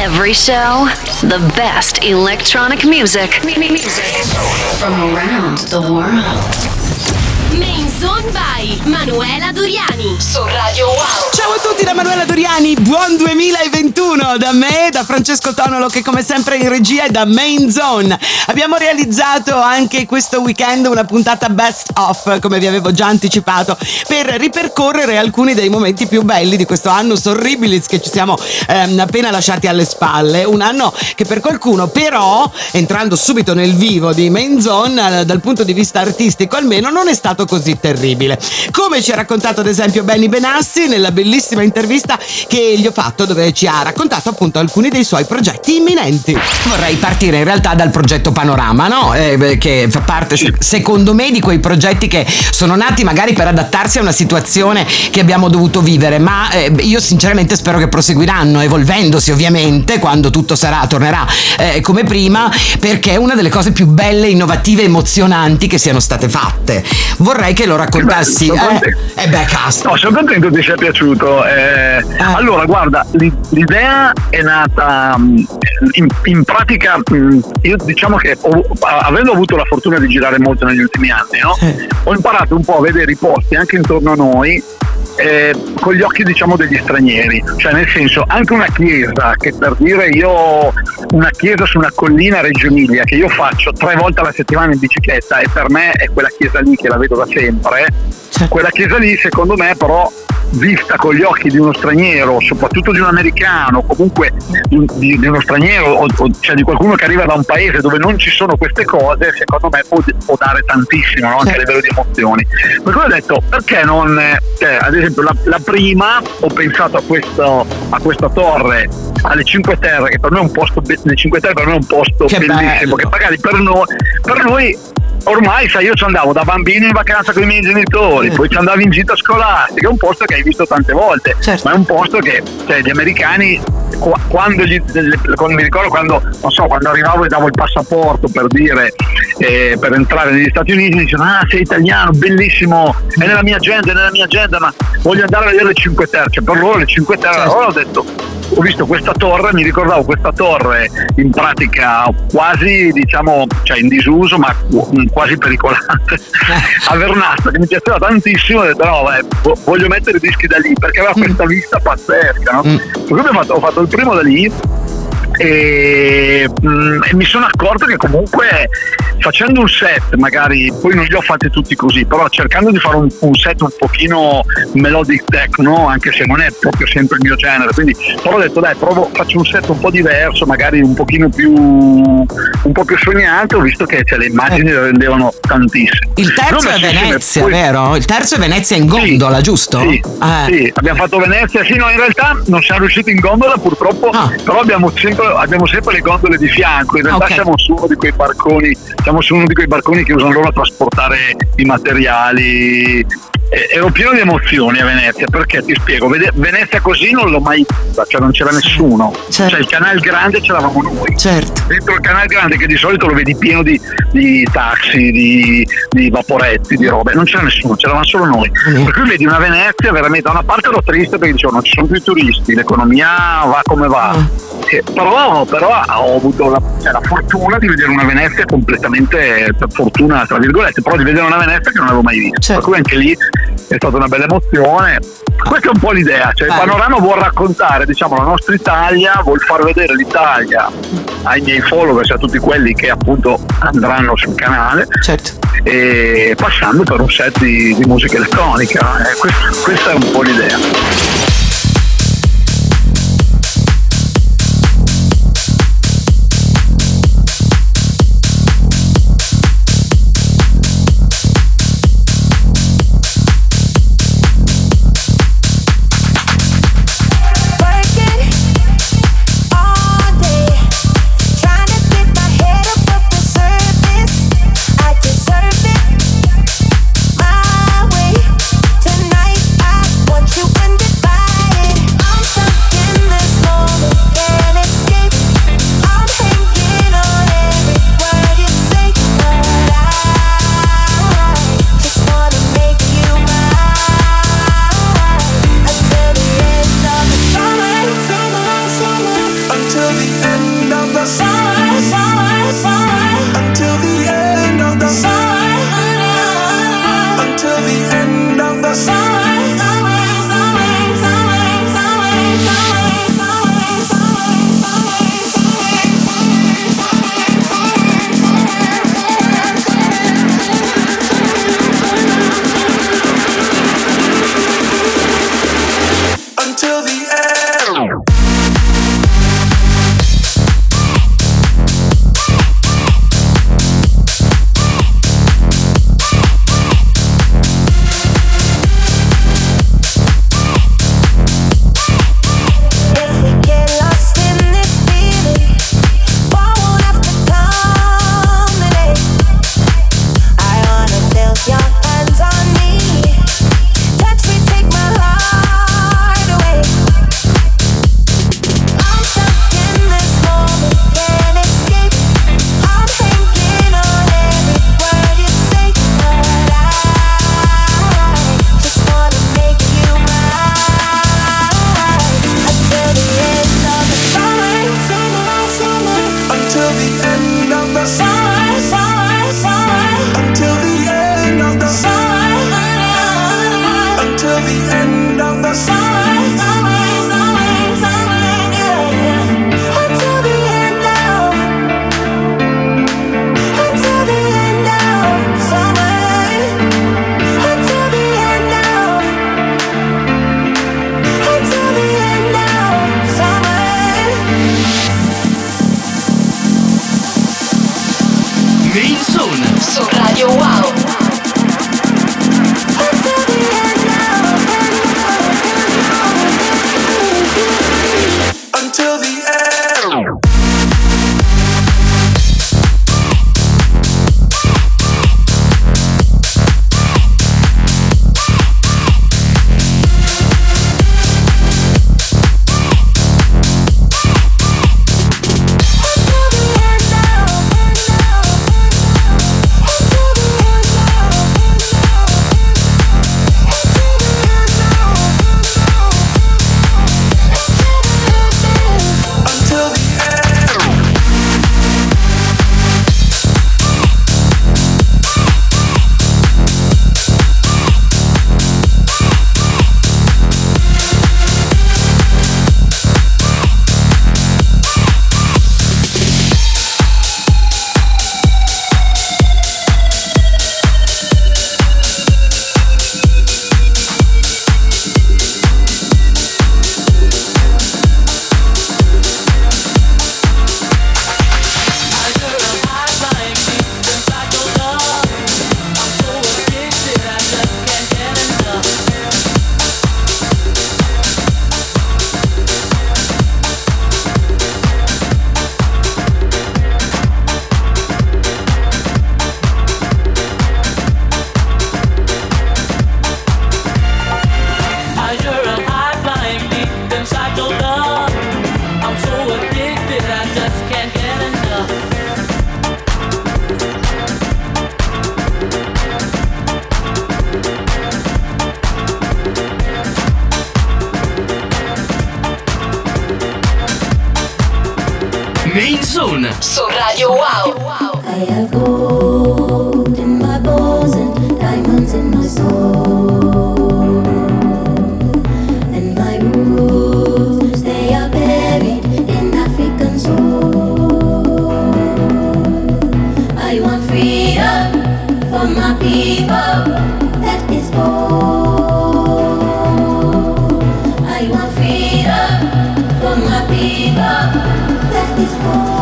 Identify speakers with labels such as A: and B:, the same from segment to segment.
A: Every show, the best electronic music from around the world.
B: Main Zone by Manuela Doriani su Radio Wow.
C: Ciao a tutti da Manuela Doriani, buon 2021 da me, da Francesco Tonolo che come sempre in regia e da Main Zone. Abbiamo realizzato anche questo weekend una puntata best of, come vi avevo già anticipato, per ripercorrere alcuni dei momenti più belli di questo annus horribilis che ci siamo appena lasciati alle spalle. Un anno che per qualcuno però, entrando subito nel vivo di Main Zone, dal punto di vista artistico almeno, non è stato così terribile, come ci ha raccontato ad esempio Benny Benassi nella bellissima intervista che gli ho fatto, dove ci ha raccontato appunto alcuni dei suoi progetti imminenti. Vorrei partire in realtà dal progetto Panorama, no? Che fa parte secondo me di quei progetti che sono nati magari per adattarsi a una situazione che abbiamo dovuto vivere, ma io sinceramente spero che proseguiranno, evolvendosi ovviamente quando tutto tornerà come prima, perché è una delle cose più belle, innovative, emozionanti che siano state fatte. Vorrei che lo raccontassi.
D: No, sono contento ti sia piaciuto. Allora, guarda, l'idea è nata in pratica. Io diciamo che avendo avuto la fortuna di girare molto negli ultimi anni, no? Ho imparato un po' a vedere i posti anche intorno a noi con gli occhi, diciamo, degli stranieri, cioè nel senso, anche una chiesa, che per dire, io una chiesa su una collina a Reggio Emilia che io faccio 3 volte alla settimana in bicicletta, e per me è quella chiesa lì che la vedo da sempre, quella chiesa lì secondo me però vista con gli occhi di uno straniero, soprattutto di un americano, comunque di uno straniero, cioè di qualcuno che arriva da un paese dove non ci sono queste cose, secondo me può dare tantissimo, no? Anche a livello di emozioni. Per cui ho detto, perché non, ad esempio la prima ho pensato a questa torre alle Cinque Terre, che per me è un posto, le Cinque Terre per me è un posto bellissimo, che magari per noi ormai, sai, io ci andavo da bambino in vacanza con i miei genitori, poi ci andavo in gita scolastica, è un posto che hai visto tante volte, ma è un posto che, cioè, gli americani quando mi ricordo quando arrivavo e davo il passaporto, per dire, per entrare negli Stati Uniti, mi dicevano: ah, sei italiano, bellissimo, è nella mia agenda, ma voglio andare a vedere le Cinque Terre. Cioè, per loro le Cinque Terre. Allora ho detto, ho visto questa torre, mi ricordavo questa torre in pratica quasi, diciamo, cioè in disuso, ma quasi pericolante, a Vernazza, che mi piaceva tantissimo. Ho detto, no, voglio mettere i dischi da lì, perché aveva questa vista pazzesca, no? Per cui ho fatto il primo da lì, e mi sono accorto che comunque facendo un set, magari poi non li ho fatti tutti così, però cercando di fare un set un pochino melodic techno, anche se non è proprio sempre il mio genere, quindi però ho detto, dai, faccio un set un po' diverso, magari un po' più sognante. Ho visto che le immagini le rendevano tantissimo.
C: Il terzo è Venezia, vero? Il terzo è Venezia in gondola, giusto?
D: Sì, abbiamo fatto Venezia. Sì, no, in realtà non siamo riusciti in gondola purtroppo, però abbiamo sempre le gondole di fianco. In realtà siamo su uno di quei barconi che usano loro a trasportare i materiali. Ero pieno di emozioni a Venezia, perché ti spiego, Venezia così non l'ho mai vista, cioè non c'era nessuno, cioè il Canal Grande c'eravamo noi, dentro il Canal Grande, che di solito lo vedi pieno di taxi, di vaporetti, di robe, non c'era nessuno, c'eravamo solo noi. Per cui vedi una Venezia veramente, da una parte ero triste perché dicevo non ci sono più i turisti, l'economia va come va, però ho avuto la fortuna di vedere una Venezia completamente, per fortuna tra virgolette, però di vedere una Venezia che non avevo mai visto, per cui anche lì è stata una bella emozione. Questa è un po' l'idea, cioè il Panorama vuol raccontare, diciamo, la nostra Italia, vuol far vedere l'Italia ai miei followers, a tutti quelli che appunto andranno sul canale, e passando per un set di musica elettronica. Questa è un po' l'idea.
E: Tonight I want you under until the end.
F: Main Zone
B: su Radio Wow.
G: I have gold in my bones and diamonds in my soul, and my roots, they are buried in African soul. I want freedom for my people, that is all. I want freedom for my people, that is all.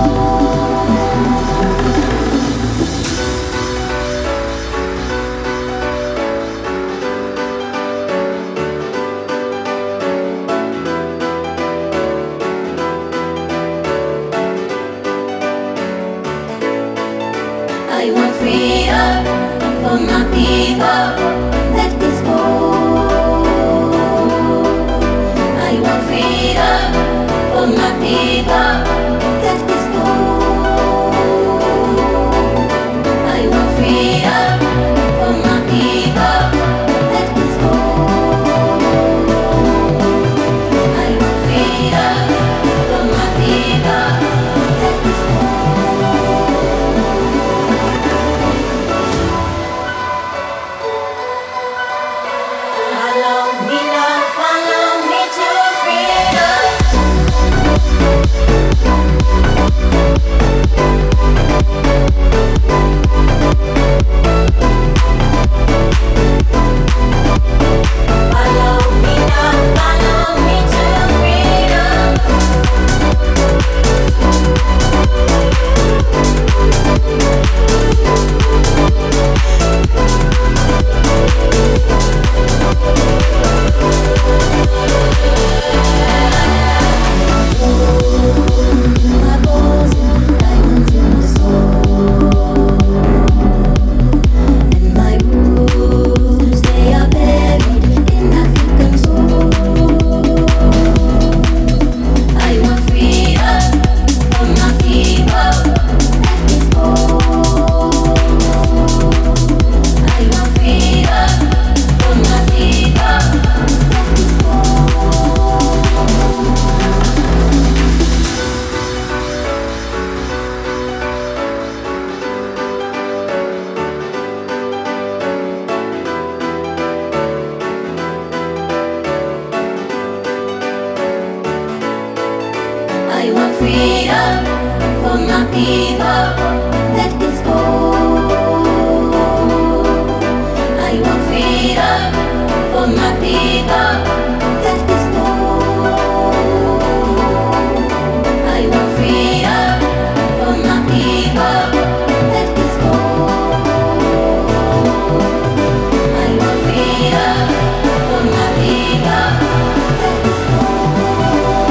G: I want freedom for my people, that is all. I want freedom for my people, that is all. I want freedom for my people, that is all. I want freedom for my people, that is all. Follow me, love, follow me to freedom. freedom for my people that is old. I want freedom for my people that is old. I want freedom for my people that is old. I want freedom for my people that is old.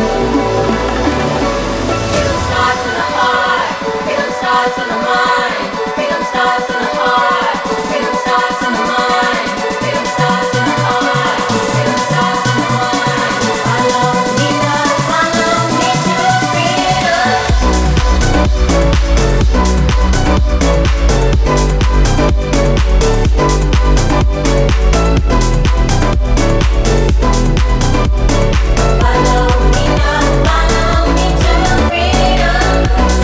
G: Freedom starts in the heart. Freedom starts in the mind. Freedom starts in the heart. Freedom starts in the mind. Freedom starts in the heart. Freedom starts in the mind. Follow me now, follow me to freedom. Follow me now, follow me to freedom.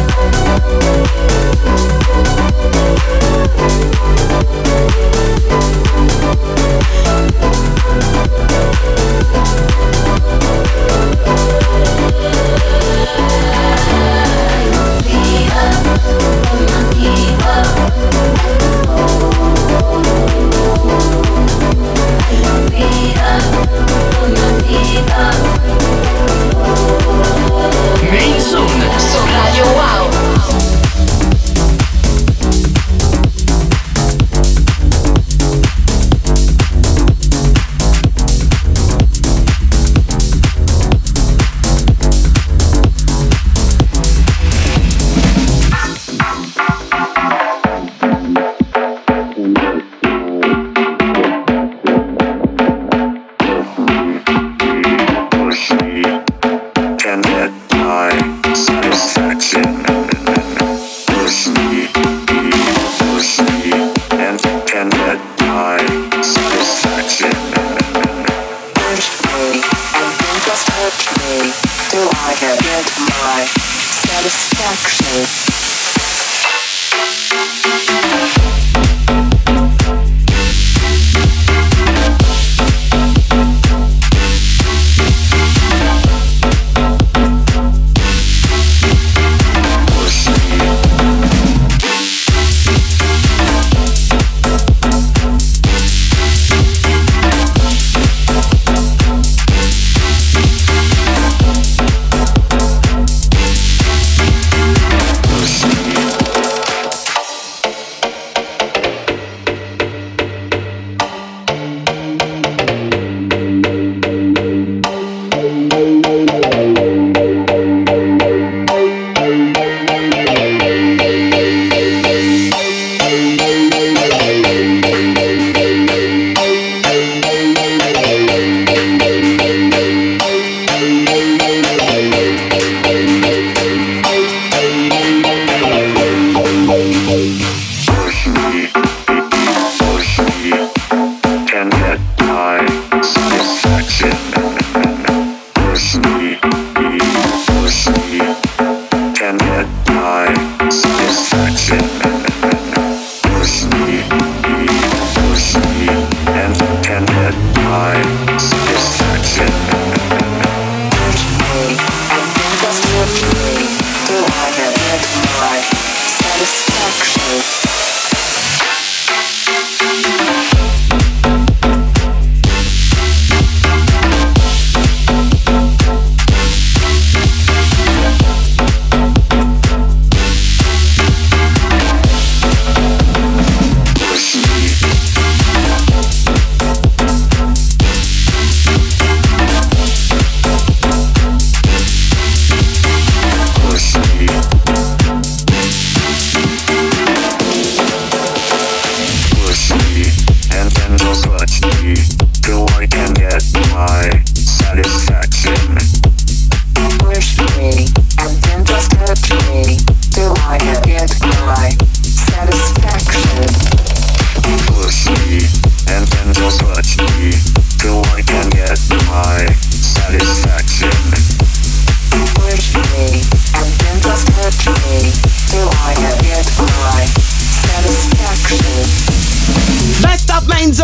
F: Main Zone
B: Su Radio Wow.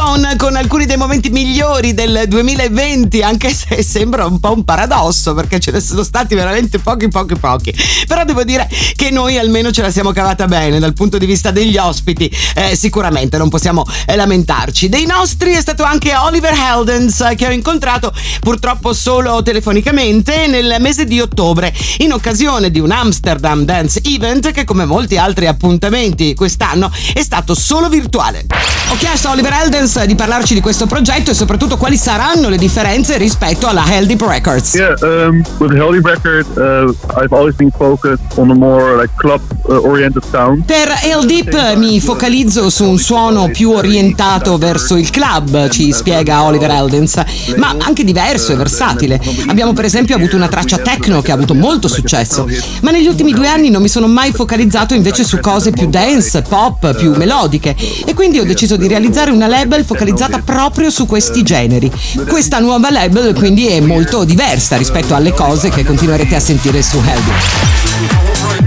C: Countdown con alcuni dei momenti migliori del 2020, anche se sembra un po' un paradosso perché ce ne sono stati veramente pochi. Però devo dire che noi almeno ce la siamo cavata bene dal punto di vista degli ospiti, sicuramente non possiamo lamentarci. Dei nostri è stato anche Oliver Heldens, che ho incontrato purtroppo solo telefonicamente nel mese di ottobre in occasione di un Amsterdam Dance Event che, come molti altri appuntamenti quest'anno, è stato solo virtuale. Ho chiesto a Oliver Heldens di parlarci di questo progetto e soprattutto quali saranno le differenze rispetto alla Hell Deep Records.
E: Yeah, with Hell Deep Records, I've always been focused on a more like club-oriented sound.
C: Per Hell Deep mi focalizzo su un suono più orientato verso il club, ci spiega Oliver Heldens, ma anche diverso e versatile. Abbiamo per esempio avuto una traccia techno che ha avuto molto successo, ma negli ultimi 2 anni non mi sono mai focalizzato invece su cose più dance, pop, più melodiche, e quindi ho deciso di realizzare una label focalizzata proprio su questi generi. Questa nuova label quindi è molto diversa rispetto alle cose che continuerete a sentire su Hell Deep.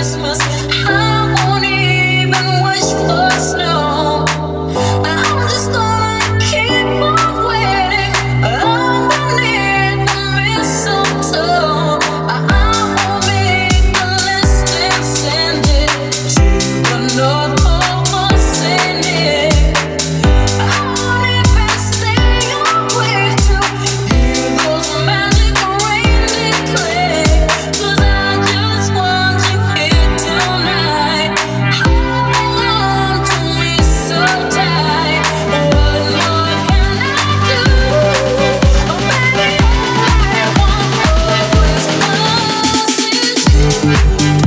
G: Christmas. I won't even wish for snow. I'm just gonna keep on waiting underneath the mistletoe. I will make a list and send it to the North Pole for sending. I won't even stay awake to hear those magic reindeer play. 'Cause I just want you here tonight, holding on to me so tight. What more can I do? Oh baby, all I want for Christmas is you.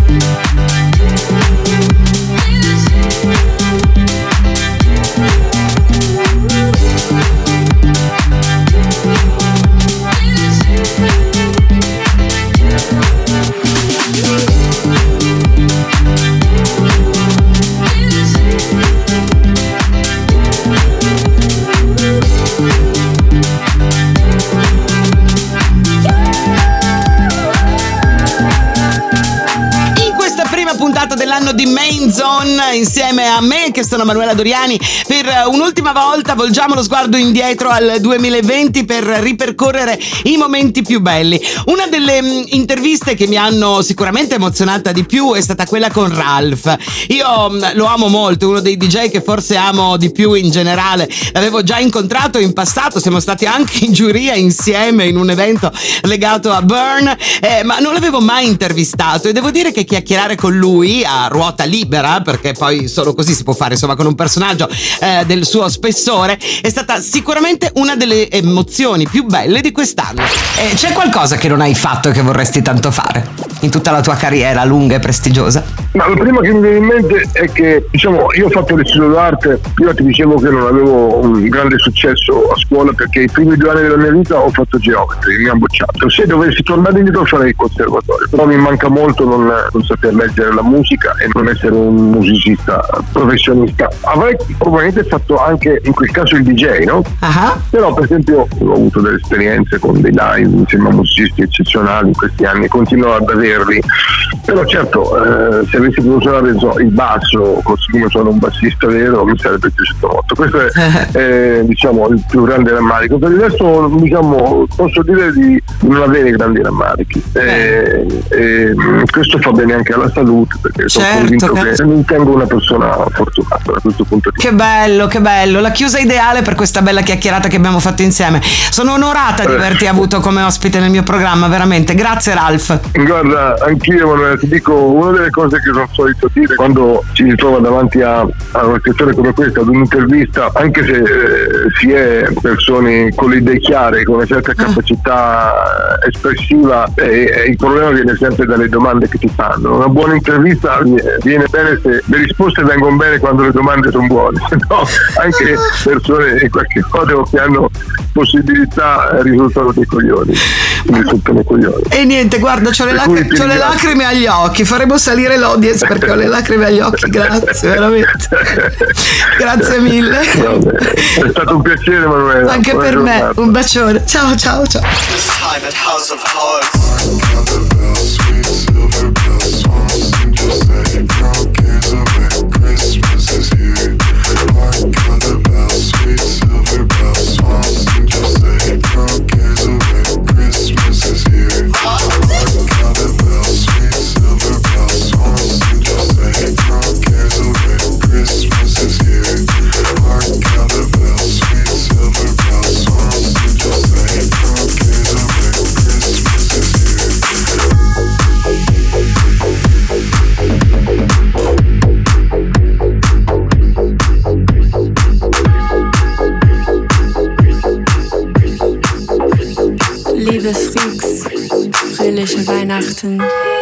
C: In questa prima puntata dell'anno di Main Zone, insieme a me, che sono Manuela Doriani, per un'ultima volta volgiamo lo sguardo indietro al 2020 per ripercorrere i momenti più belli. Una delle interviste che mi hanno sicuramente emozionata di più è stata quella con Ralph. Io lo amo molto, è uno dei DJ che forse amo di più in generale. L'avevo già incontrato in passato, siamo stati anche in giuria insieme in un evento legato a Burn, ma non l'avevo mai intervistato, e devo dire che chiacchierare con lui a ruota libera, perché poi solo così si può fare, insomma, con un personaggio del suo spessore, è stata sicuramente una delle emozioni più belle di quest'anno. C'è qualcosa che non hai fatto e che vorresti tanto fare in tutta la tua carriera lunga e prestigiosa?
E: Ma la prima che mi viene in mente è che, diciamo, io ho fatto l'istituto d'arte. Io ti dicevo che non avevo un grande successo a scuola perché i primi 2 anni della mia vita ho fatto geometria, mi hanno bocciato. Se dovessi tornare indietro farei il conservatorio, però mi manca molto non saper leggere la musica e non essere un musicista professionista. Avrei probabilmente fatto anche in quel caso il DJ, no? Però per esempio ho avuto delle esperienze con dei live insieme a musicisti eccezionali in questi anni, continuo ad averli. Però certo, se avessi potuto suonare il basso così come sono un bassista vero mi sarebbe piaciuto molto. Questo è diciamo il più grande rammarico. Per il resto, diciamo, posso dire di non avere grandi rammarichi, e questo fa bene anche alla salute, perché sono convinto che mi ritengo una persona fortunata da questo punto di vista.
C: Che bello, la chiusa ideale per questa bella chiacchierata che abbiamo fatto insieme. Sono onorata di averti avuto come ospite nel mio programma, veramente. Grazie Ralph.
E: Guarda, anch'io Manuela, ti dico, una delle cose che sono solito dire quando ci si trova davanti a una situazione come questa, ad un'intervista, anche se si è persone con le idee chiare, con una certa capacità espressiva, il problema viene sempre dalle domande che ti fanno. Una buona intervista viene bene se le risposte vengono bene quando le domande sono buone, se no anche persone in qualche modo che hanno possibilità risultano dei coglioni, quindi sono dei coglioni.
C: E niente, guarda, c'ho le lacrime agli occhi, faremo salire l'audience perché ho le lacrime agli occhi. Grazie, veramente. Grazie mille.
E: È stato un piacere, Manuela.
C: Anche per me, un bacione. Ciao.
H: Liebe Freaks, fröhliche Weihnachten.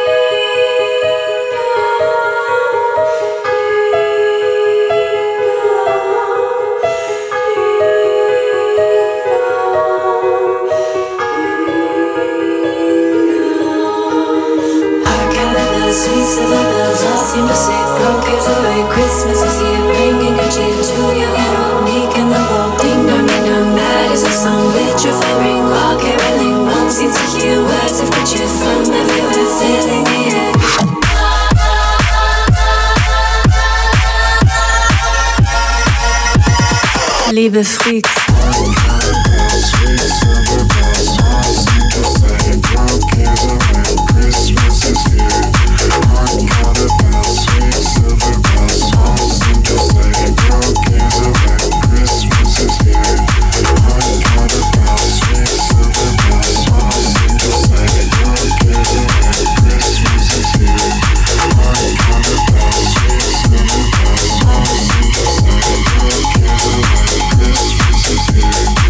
G: Sweet silver bells all seem to say throw cares away. Christmas is here, bringing good cheer to you and all meek and the bold. Ding dong, that is a song with your phone ring. All caroling, one seems to hear words of good cheer from everywhere, filling the air.
H: liebe Freaks.
G: Christmas is here.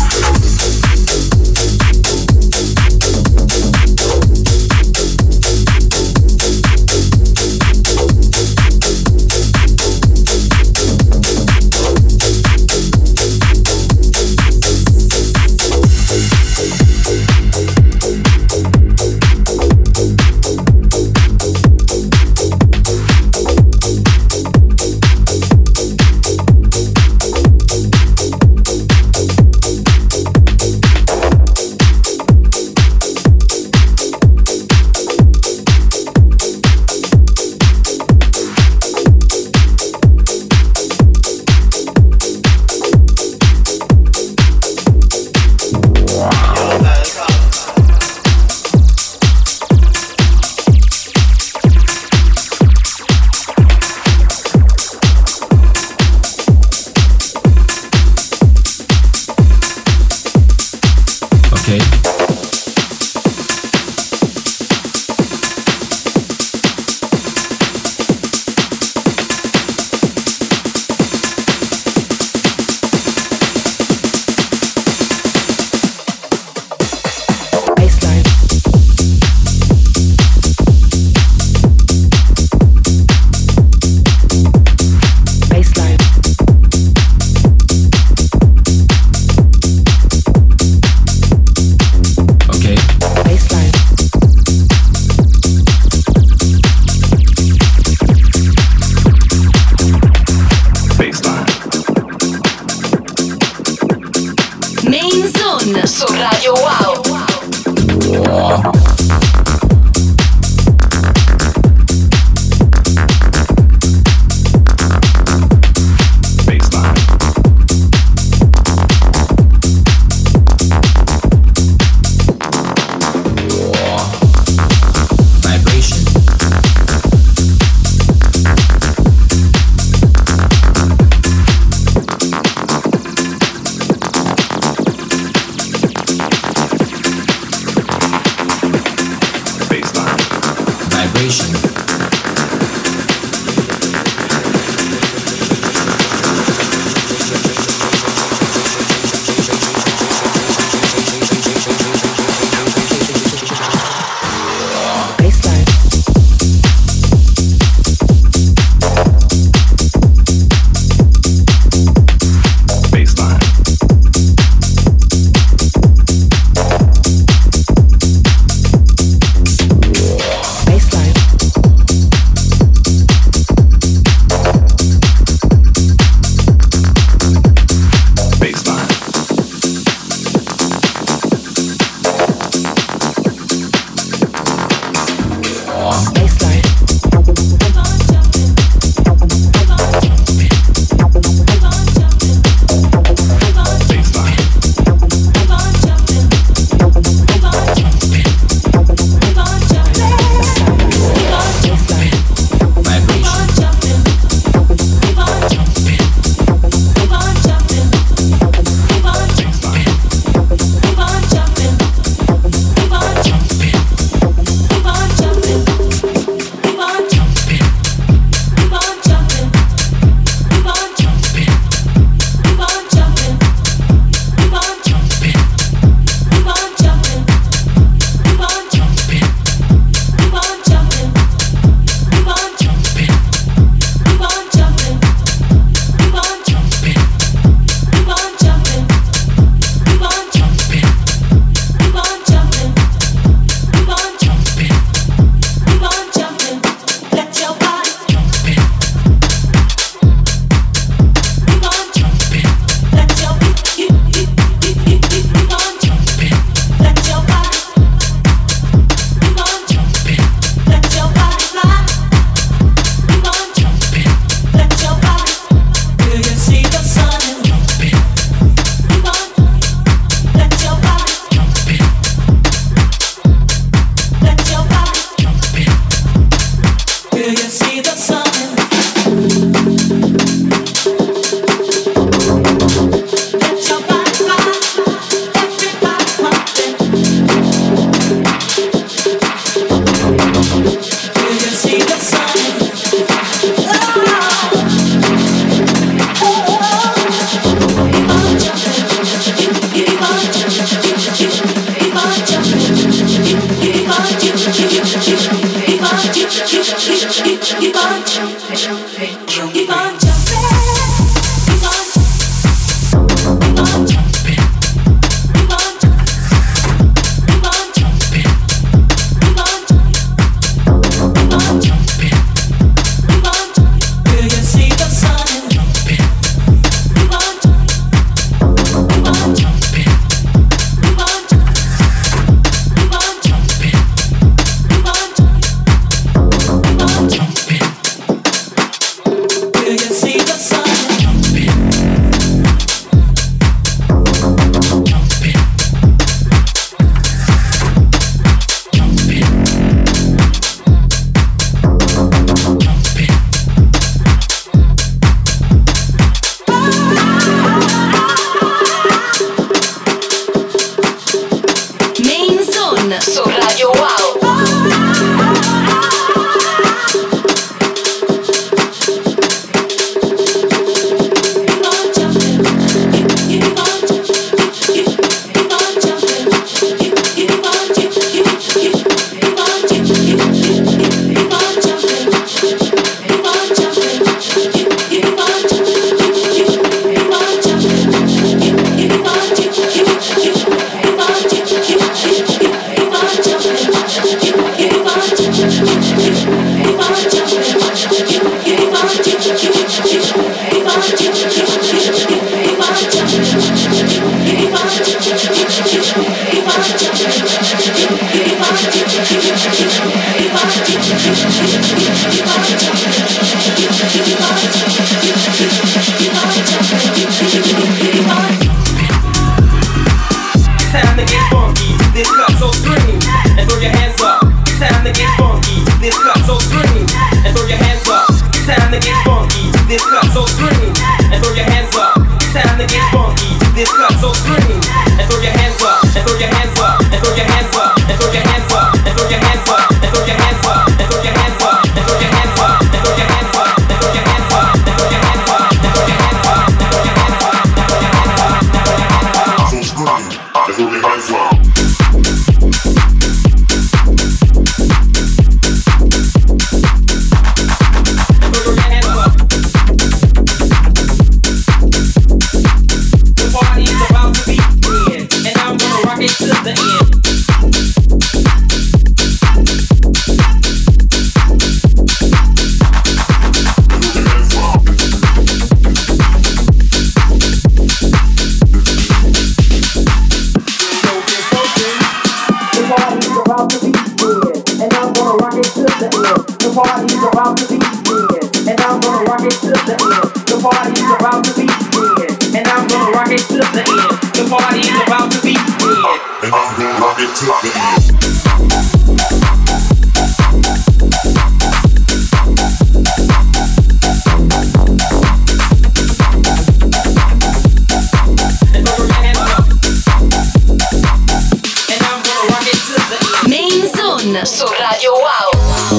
B: Su Radio Wow.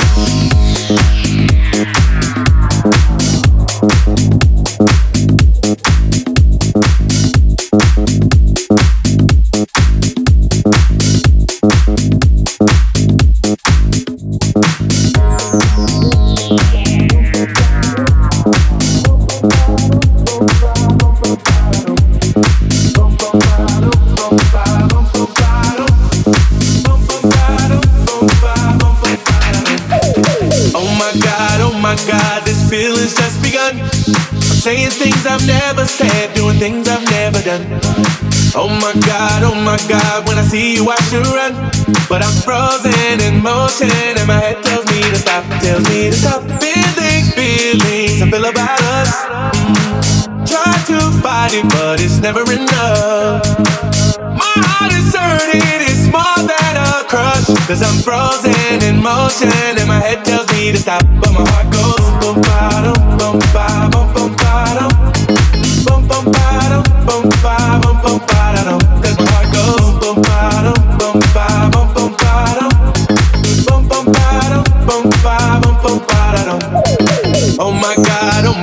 I: Saying things I've never said, doing things I've never done. Oh my God, when I see you I should run. But I'm frozen in motion and my head tells me to stop, tells me to stop. Feelings I feel about us. Try to fight it but it's never enough. My heart is hurting, it's more than a crush. Cause I'm frozen in motion and my head tells me to stop. But my heart goes boom, ba-dum, boom, ba-dum, boom, ba-dum. Boom, boom, ba-dum, boom, ba-dum, boom, ba-dum. Cause my heart goes boom, ba-dum, boom, ba-dum, boom, ba-dum. Boom, boom, ba-dum, boom, ba-dum, boom, ba-dum. Oh my God,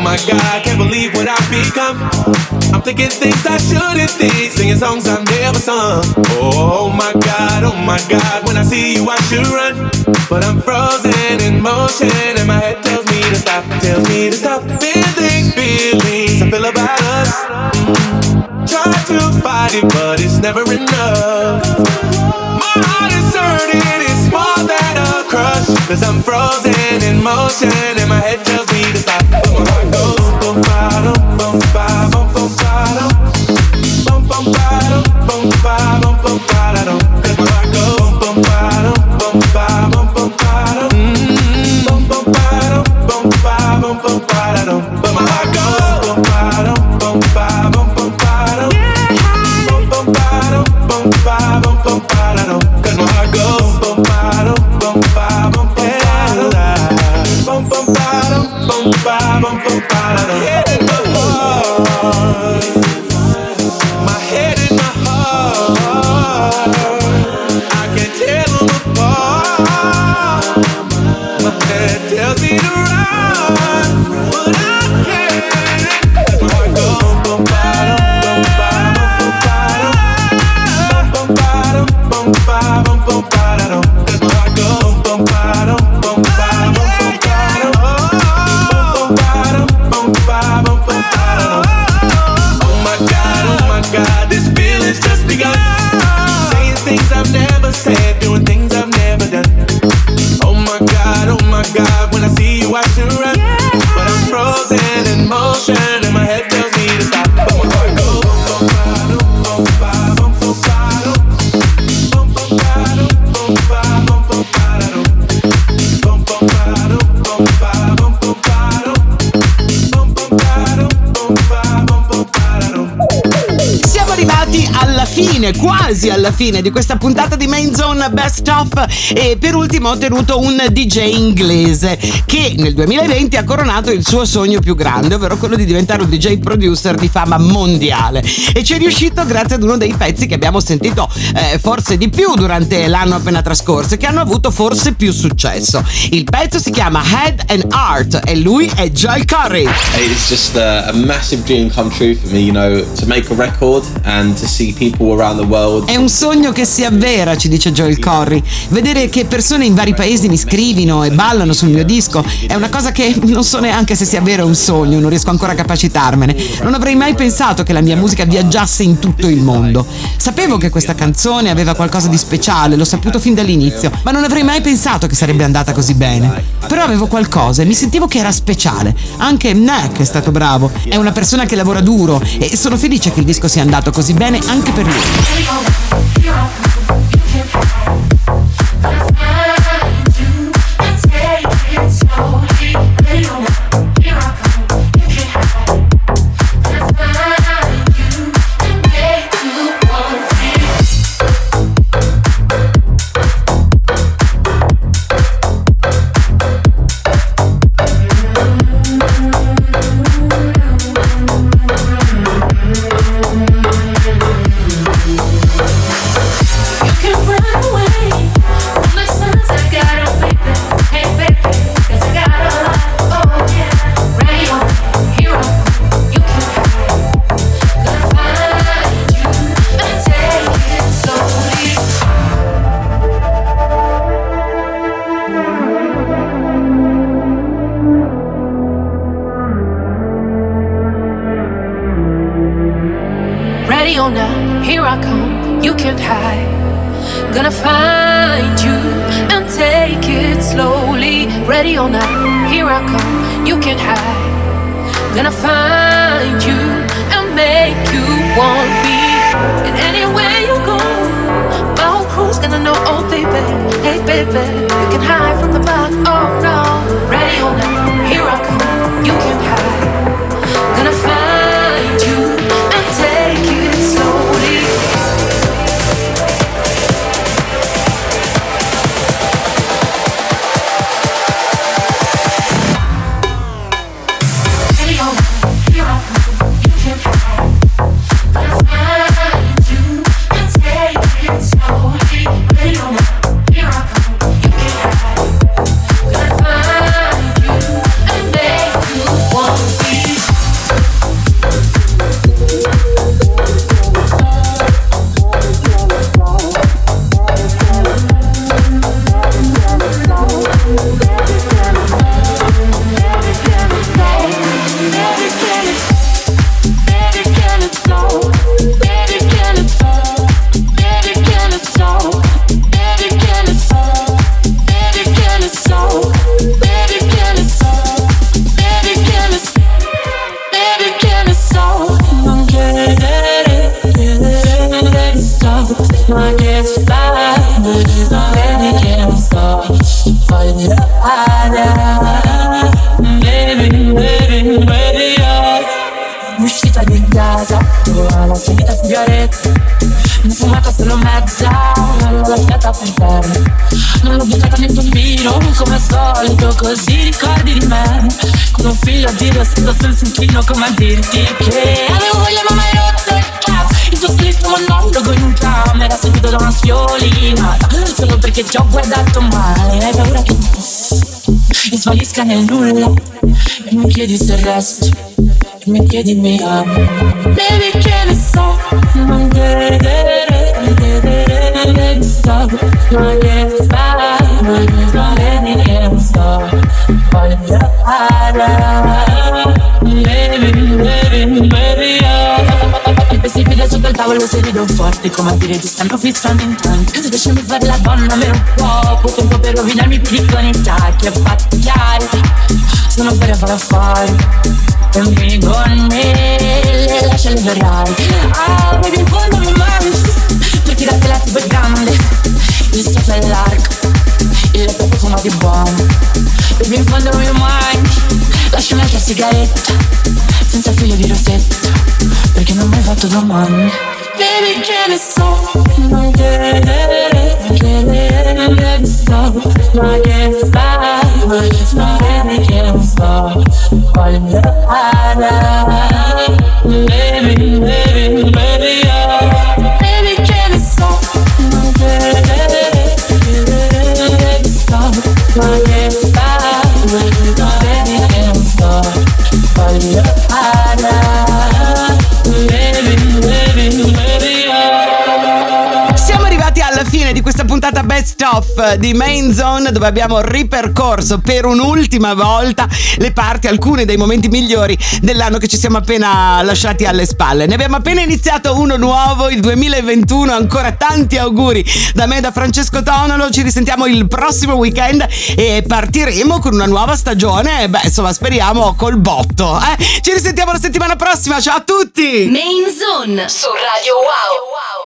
I: my God, can't believe what I've become. I'm thinking things I shouldn't think, singing songs I've never sung. Oh my God, when I see you I should run, but I'm frozen in motion and my head tells me to stop, feelings I feel about us. Try to fight it, but it's never enough. My heart is hurting, it's more than a crush, cause I'm frozen in motion and my head tells me to stop, but my heart goes bum bottom, bum bottom, bum bottom, bum bum bottom, bum bottom, bum bottom, cause my heart goes bum bottom, bum bottom, bum bottom, bum bum bottom, bum bottom, bum bottom, but my heart goes bum bottom, bum bottom, bum bottom, bum bum bottom, bum bottom, bum bottom, cause my heart goes bum bottom, bum bottom, bum bottom, bum bottom, bum bottom, head in my heart, my head in my heart, I can tell them apart. My head tells me to run, but I can't. My heart goes bum bottom, bum bottom, bum bottom, bum bottom, bum bottom, cause my heart goes bum bottom, bum bottom, bum bottom, bum bottom, bum bottom, bum bottom. Oh my God, this feeling's just begun. Saying things I've never said, doing things I've never done. Oh my God, when I see you I should run, but I'm frozen in motion and my head tells me to stop, but my heart goes bum bottom, bum bottom, bum bottom, bum bottom, bum bottom, bum bottom, bum bottom, bum bottom, bum bottom, bum bottom, bum bottom, bum bottom.
C: Siamo arrivati alla fine, quasi alla fine di questa puntata di Main Zone Best Of, e per ultimo ho tenuto un DJ inglese che nel 2020 ha coronato il suo sogno più grande, ovvero quello di diventare un DJ producer di fama mondiale, e ci è riuscito grazie ad uno dei pezzi che abbiamo sentito forse di più durante l'anno appena trascorso e che hanno avuto forse più successo. Il pezzo si chiama Head and Heart e lui è Joel Corry.
J: It's just a massive dream come true for me, you know, to make a record and to see people around the world.
C: È un sogno che si avvera, ci dice Joel Corry. Vedere che persone in vari paesi mi scrivino e ballano sul mio disco è una cosa che non so neanche se sia vero, è un sogno, non riesco ancora a capacitarmene. Non avrei mai pensato che la mia musica viaggiasse in tutto il mondo. Sapevo che questa canzone aveva qualcosa di speciale, l'ho saputo fin dall'inizio, ma non avrei mai pensato che sarebbe andata così bene. Però avevo qualcosa e mi sentivo che era speciale. Anche Neck è stato bravo, è una persona che lavora duro e sono felice che il disco sia andato così bene anche per lui.
G: Here I come, you can hide.
K: sigaretta. Ne ho fumata solo mezza, l'ho lasciata per terra. Non l'ho buttata nel tombino, come al solito, così ricordi di me. Con un filo a dire, sento sul sentino, come a dirti che avevo voglia ma mai rotto il cazzo. Il tuo scritto monologo in camera, seguito da una sviolinata, solo perché ti ho guardato male. Hai paura che mi svanisca nel nulla e mi chiedi se resti, e mi chiedi mi ami. Baby, che ne so, non devi stop, ma che fai, ma che non sto, voglio baby, il vestibile sotto il tavolo se rido forte, come a dire ti stanno fissando in tanti. Lasciami fare la donna per un po', tempo per rovinarmi i piedi con i tacchi e pacchiare. Sono per fare vieni con me, lasciali verrai. Ah, baby, in fondo mi mangi, per tirarti la tipo è grande, il sofà è largo, il letto profumo di buono. Baby, in fondo mi mangi, lascia un'altra sigaretta, senza figlio di rossetto, perché non mi hai fatto domande. Baby, che ne so, non devi stop, ma che fai, ma che non sto, voglio baby, baby, che ne so, non devi stop, ma che fai, ma che non sto, voglio
C: Siamo arrivati alla fine di questa puntata Best Of di Main Zone, dove abbiamo ripercorso per un'ultima volta le parti, alcuni dei momenti migliori dell'anno che ci siamo appena lasciati alle spalle. Ne abbiamo appena iniziato uno nuovo, il 2021. Ancora tanti auguri da me, da Francesco Tonolo. Ci risentiamo il prossimo weekend e partiremo con una nuova stagione. Beh, insomma, speriamo col botto. Ci risentiamo la settimana prossima. Ciao a tutti!
B: Main Zone su Radio Wow.